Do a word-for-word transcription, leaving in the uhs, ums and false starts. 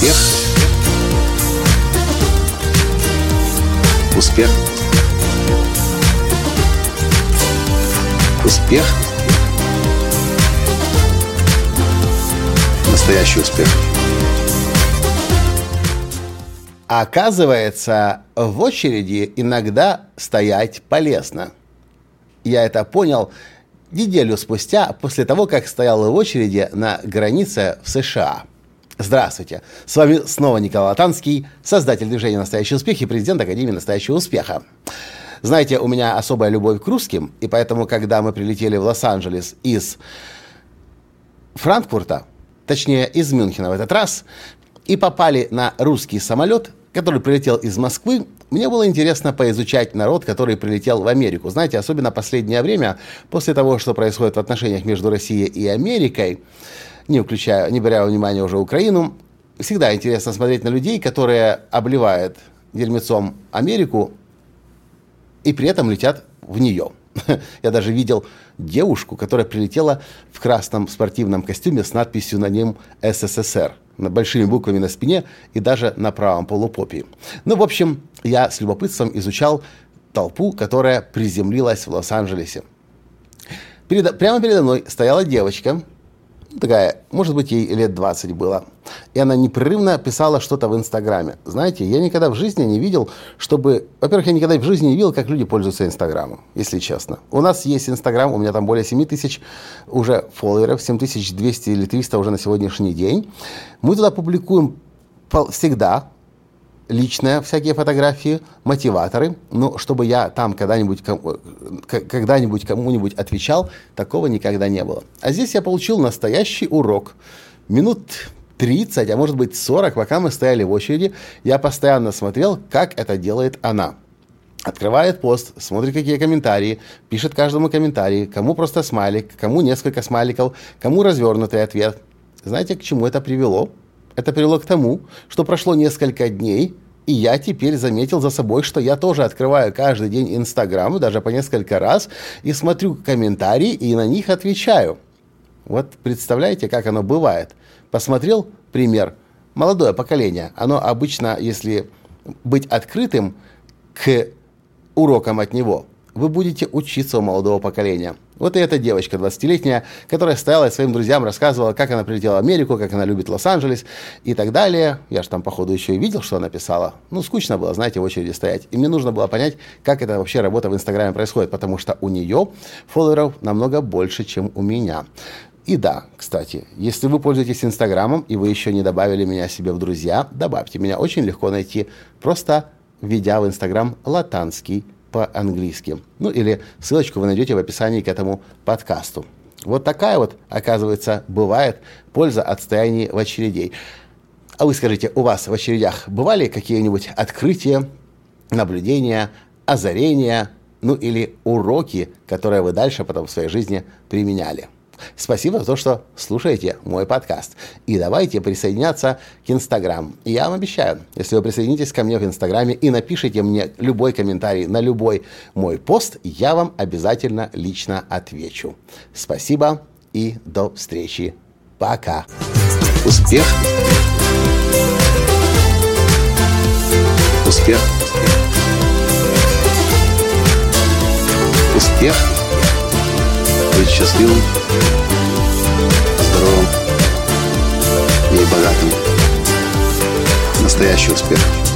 Успех. Успех. Успех. Настоящий успех. Оказывается, в очереди иногда стоять полезно. Я это понял неделю спустя, после того, как стоял в очереди на границе в США. Здравствуйте, с вами снова Николай Латанский, создатель движения «Настоящий успех» и президент Академии «Настоящего успеха». Знаете, у меня особая любовь к русским, и поэтому, когда мы прилетели в Лос-Анджелес из Франкфурта, точнее из Мюнхена в этот раз, и попали на русский самолет, который прилетел из Москвы, мне было интересно поизучать народ, который прилетел в Америку. Знаете, особенно последнее время, после того, что происходит в отношениях между Россией и Америкой, не включая, не беря во внимание уже Украину, всегда интересно смотреть на людей, которые обливают дерьмецом Америку и при этом летят в нее. Я даже видел девушку, которая прилетела в красном спортивном костюме с надписью на нем «эс эс эс эр», большими буквами на спине и даже на правом полупопии. Ну, в общем, я с любопытством изучал толпу, которая приземлилась в Лос-Анджелесе. Перед, прямо передо мной стояла девочка, такая, может быть, ей лет двадцать было. И она непрерывно писала что-то в Инстаграме. Знаете, я никогда в жизни не видел, чтобы... Во-первых, я никогда в жизни не видел, как люди пользуются Инстаграмом, если честно. У нас есть Инстаграм, у меня там более семь тысяч уже фолловеров, семь тысяч двести или триста уже на сегодняшний день. Мы туда публикуем всегда личные всякие фотографии, мотиваторы. Но чтобы я там когда-нибудь, когда-нибудь кому-нибудь отвечал, такого никогда не было. А здесь я получил настоящий урок. Минут тридцать, а может быть сорок, пока мы стояли в очереди, я постоянно смотрел, как это делает она. Открывает пост, смотрит, какие комментарии, пишет каждому комментарий, кому просто смайлик, кому несколько смайликов, кому развернутый ответ. Знаете, к чему это привело? Это привело к тому, что прошло несколько дней, и я теперь заметил за собой, что я тоже открываю каждый день Инстаграм, даже по несколько раз, и смотрю комментарии, и на них отвечаю. Вот представляете, как оно бывает? Посмотрел пример. Молодое поколение, оно обычно, если быть открытым к урокам от него, вы будете учиться у молодого поколения. Вот и эта девочка двадцатилетняя, которая стояла и своим друзьям рассказывала, как она прилетела в Америку, как она любит Лос-Анджелес и так далее. Я же там, походу, еще и видел, что она писала. Ну, скучно было, знаете, в очереди стоять. И мне нужно было понять, как это вообще работа в Инстаграме происходит, потому что у нее фолловеров намного больше, чем у меня. И да, кстати, если вы пользуетесь Инстаграмом и вы еще не добавили меня себе в друзья, добавьте. Меня очень легко найти, просто введя в Инстаграм «Латанский» по-английски. Ну или ссылочку вы найдете в описании к этому подкасту. Вот такая вот, оказывается, бывает польза от стояния в очередей. А вы скажите, у вас в очередях бывали какие-нибудь открытия, наблюдения, озарения, ну или уроки, которые вы дальше потом в своей жизни применяли? Спасибо за то, что слушаете мой подкаст. И давайте присоединяться к Инстаграм. Я вам обещаю, если вы присоединитесь ко мне в Инстаграме и напишите мне любой комментарий на любой мой пост, я вам обязательно лично отвечу. Спасибо и до встречи. Пока. Успех. Успех. Успех. Быть счастливым, здоровым и богатым. Настоящий успех.